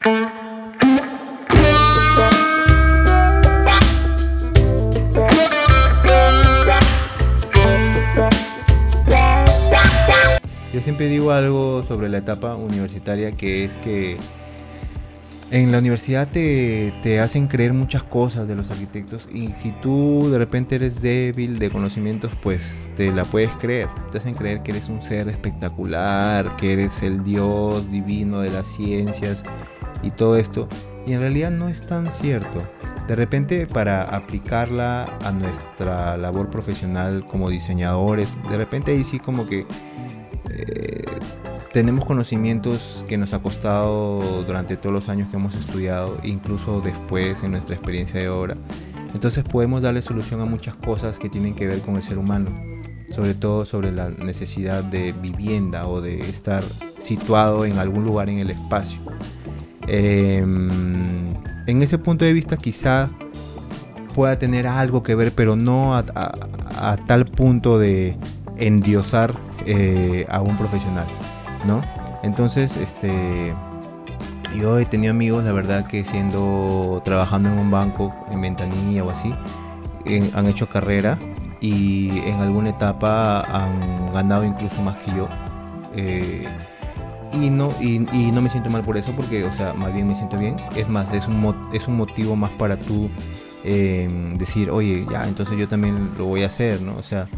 Yo siempre digo algo sobre la etapa universitaria, que es que en la universidad te hacen creer muchas cosas de los arquitectos, y si tú de repente eres débil de conocimientos, pues te la puedes creer. Te hacen creer que eres un ser espectacular, que eres el dios divino de las ciencias y todo esto, y en realidad no es tan cierto. De repente, para aplicarla a nuestra labor profesional como diseñadores, de repente ahí sí como que tenemos conocimientos que nos ha costado durante todos los años que hemos estudiado, incluso después en nuestra experiencia de obra. Entonces podemos darle solución a muchas cosas que tienen que ver con el ser humano, sobre todo sobre la necesidad de vivienda o de estar situado en algún lugar en el espacio. En ese punto de vista quizá pueda tener algo que ver, pero no a tal punto de endiosar a un profesional, ¿no? Entonces, yo he tenido amigos, la verdad, que trabajando en un banco, en ventanilla o así, han hecho carrera y en alguna etapa han ganado incluso más que yo. Y no me siento mal por eso, porque, o sea, más bien me siento bien. Es más, es un motivo más para tú decir, oye, ya, entonces yo también lo voy a hacer, ¿no? O sea,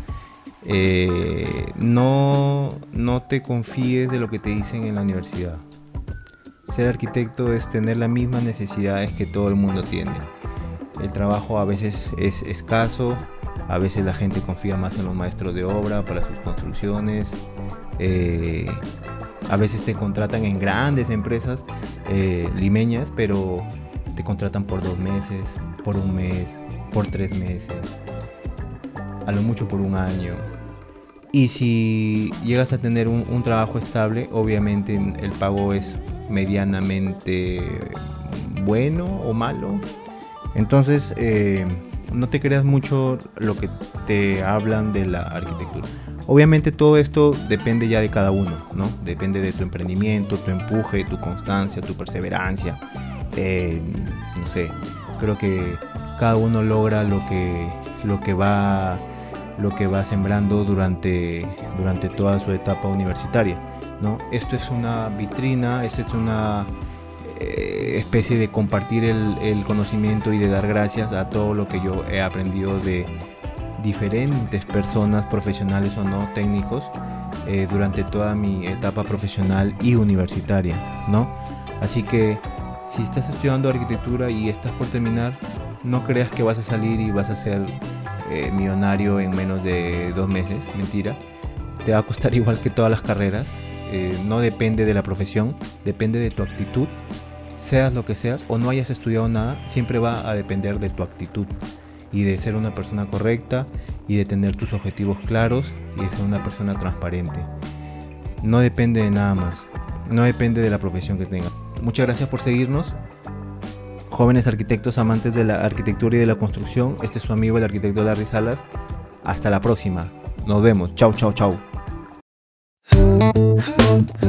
no te confíes de lo que te dicen en la universidad. Ser arquitecto es tener las mismas necesidades que todo el mundo tiene. El trabajo a veces es escaso, a veces la gente confía más en los maestros de obra para sus construcciones. A veces te contratan en grandes empresas limeñas, pero te contratan por 2 meses, por 1 mes, por 3 meses, a lo mucho por 1 año. Y si llegas a tener un trabajo estable, obviamente el pago es medianamente bueno o malo. Entonces no te creas mucho lo que te hablan de la arquitectura. Obviamente todo esto depende ya de cada uno, ¿no? Depende de tu emprendimiento, tu empuje, tu constancia, tu perseverancia. No sé, creo que cada uno logra lo que va sembrando durante toda su etapa universitaria, ¿no? Esto es una vitrina, esto es una especie de compartir el conocimiento y de dar gracias a todo lo que yo he aprendido de diferentes personas, profesionales o no, técnicos, durante toda mi etapa profesional y universitaria, ¿no? Así que si estás estudiando arquitectura y estás por terminar, no creas que vas a salir y vas a ser millonario en menos de 2 meses. Mentira, te va a costar igual que todas las carreras. No depende de la profesión, depende de tu actitud. Seas lo que seas o no hayas estudiado nada, siempre va a depender de tu actitud y de ser una persona correcta y de tener tus objetivos claros y de ser una persona transparente. No depende de nada más, no depende de la profesión que tengas. Muchas gracias por seguirnos, jóvenes arquitectos amantes de la arquitectura y de la construcción. Este es su amigo el arquitecto Larry Salas. Hasta la próxima, nos vemos, chau chau chau.